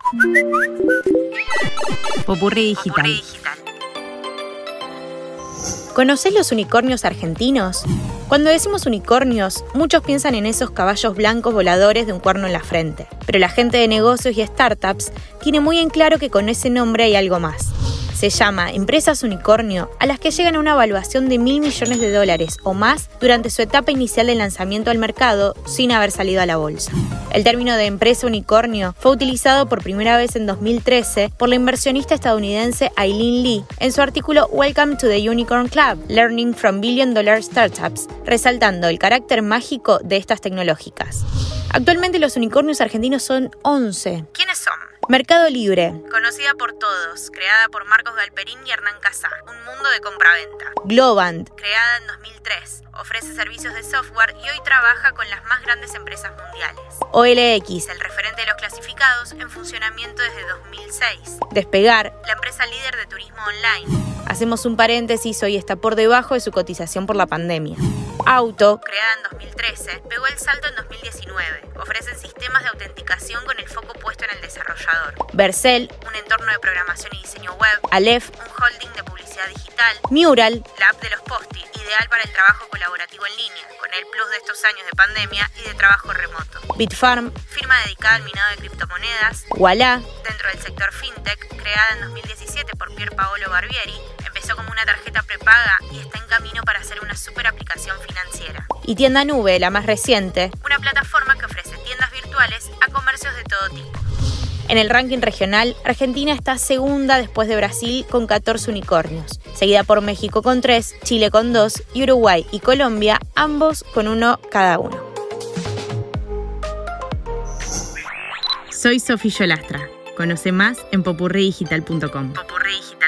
Popurrí Digital. ¿Conocés los unicornios argentinos? Cuando decimos unicornios, muchos piensan en esos caballos blancos voladores de un cuerno en la frente. Pero la gente de negocios y startups tiene muy en claro que con ese nombre hay algo más. Se llama empresas unicornio a las que llegan a una valuación de $1.000 millones o más durante su etapa inicial de lanzamiento al mercado sin haber salido a la bolsa. El término de empresa unicornio fue utilizado por primera vez en 2013 por la inversionista estadounidense Aileen Lee en su artículo Welcome to the Unicorn Club, Learning from Billion Dollar Startups, resaltando el carácter mágico de estas tecnológicas. Actualmente los unicornios argentinos son 11. ¿Quiénes son? Mercado Libre, conocida por todos, creada por Marcos Galperín y Hernán Casá, un mundo de compraventa. Globant, creada en 2003, ofrece servicios de software y hoy trabaja con las más grandes empresas mundiales. OLX, el referente de los clasificados, en funcionamiento desde 2006. Despegar, la empresa líder de turismo online. Hacemos un paréntesis, hoy está por debajo de su cotización por la pandemia. Auto, creada en 2013, pegó el salto en 2019. Ofrecen sistemas de autenticación con el foco puesto en el desarrollador. Vercel, un entorno de programación y diseño web. Aleph, un holding de publicidad digital. Mural, la app de los post-it, ideal para el trabajo colaborativo en línea, con el plus de estos años de pandemia y de trabajo remoto. Bitfarm, firma dedicada al minado de criptomonedas. Walla, dentro del sector fintech, creada en 2017 por Pier Paolo Barbieri, empezó como una tarjeta prepaga y está en camino para ser una super aplicación financiera. Y Tienda Nube, la más reciente, una plataforma que ofrece tiendas virtuales a comercios de todo tipo. En el ranking regional, Argentina está segunda después de Brasil con 14 unicornios, seguida por México con 3, Chile con 2 y Uruguay y Colombia, ambos con 1 cada uno. Soy Sofía Yolastra. Conoce más en popurridigital.com. Popurrí Digital.